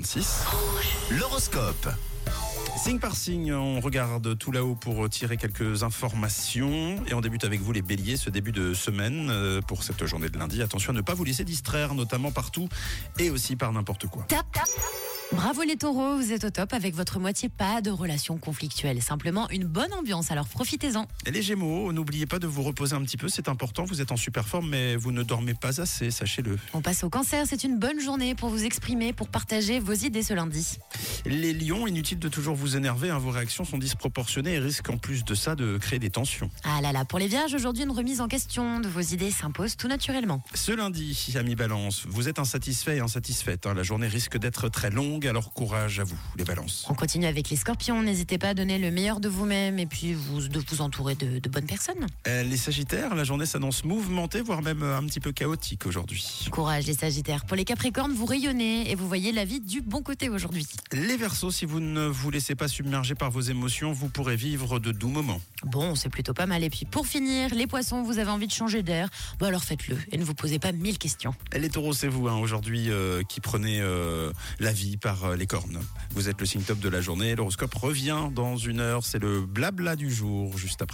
8h36. L'horoscope. Signe par signe, on regarde tout là-haut pour tirer quelques informations. Et on débute avec vous les béliers, ce début de semaine pour cette journée de lundi. Attention à ne pas vous laisser distraire, notamment partout et aussi par n'importe quoi. Tap, tap. Bravo les taureaux, vous êtes au top avec votre moitié, pas de relation conflictuelle, simplement une bonne ambiance, alors profitez-en. Et les gémeaux, n'oubliez pas de vous reposer un petit peu, c'est important, vous êtes en super forme mais vous ne dormez pas assez, sachez-le. On passe au cancer, c'est une bonne journée pour vous exprimer, pour partager vos idées ce lundi. Les lions, inutile de toujours vous énerver, vos réactions sont disproportionnées et risquent en plus de ça de créer des tensions. Ah là là, pour les vierges, aujourd'hui une remise en question de vos idées s'impose tout naturellement. Ce lundi, amis Balance, vous êtes insatisfait et insatisfaite, la journée risque d'être très longue, alors courage à vous, les Balances. On continue avec les scorpions, n'hésitez pas à donner le meilleur de vous-même et puis de vous entourer de bonnes personnes. Les sagittaires, la journée s'annonce mouvementée, voire même un petit peu chaotique aujourd'hui. Courage les sagittaires. Pour les capricornes, vous rayonnez et vous voyez la vie du bon côté aujourd'hui. Les Verseaux, si vous ne vous laissez pas submerger par vos émotions, vous pourrez vivre de doux moments. Bon, c'est plutôt pas mal. Et puis pour finir, les poissons, vous avez envie de changer d'air, alors faites-le et ne vous posez pas 1000 questions. Et les taureaux, c'est vous aujourd'hui qui prenez la vie par les cornes. Vous êtes le signe top de la journée. L'horoscope revient dans une heure, c'est le blabla du jour, juste après.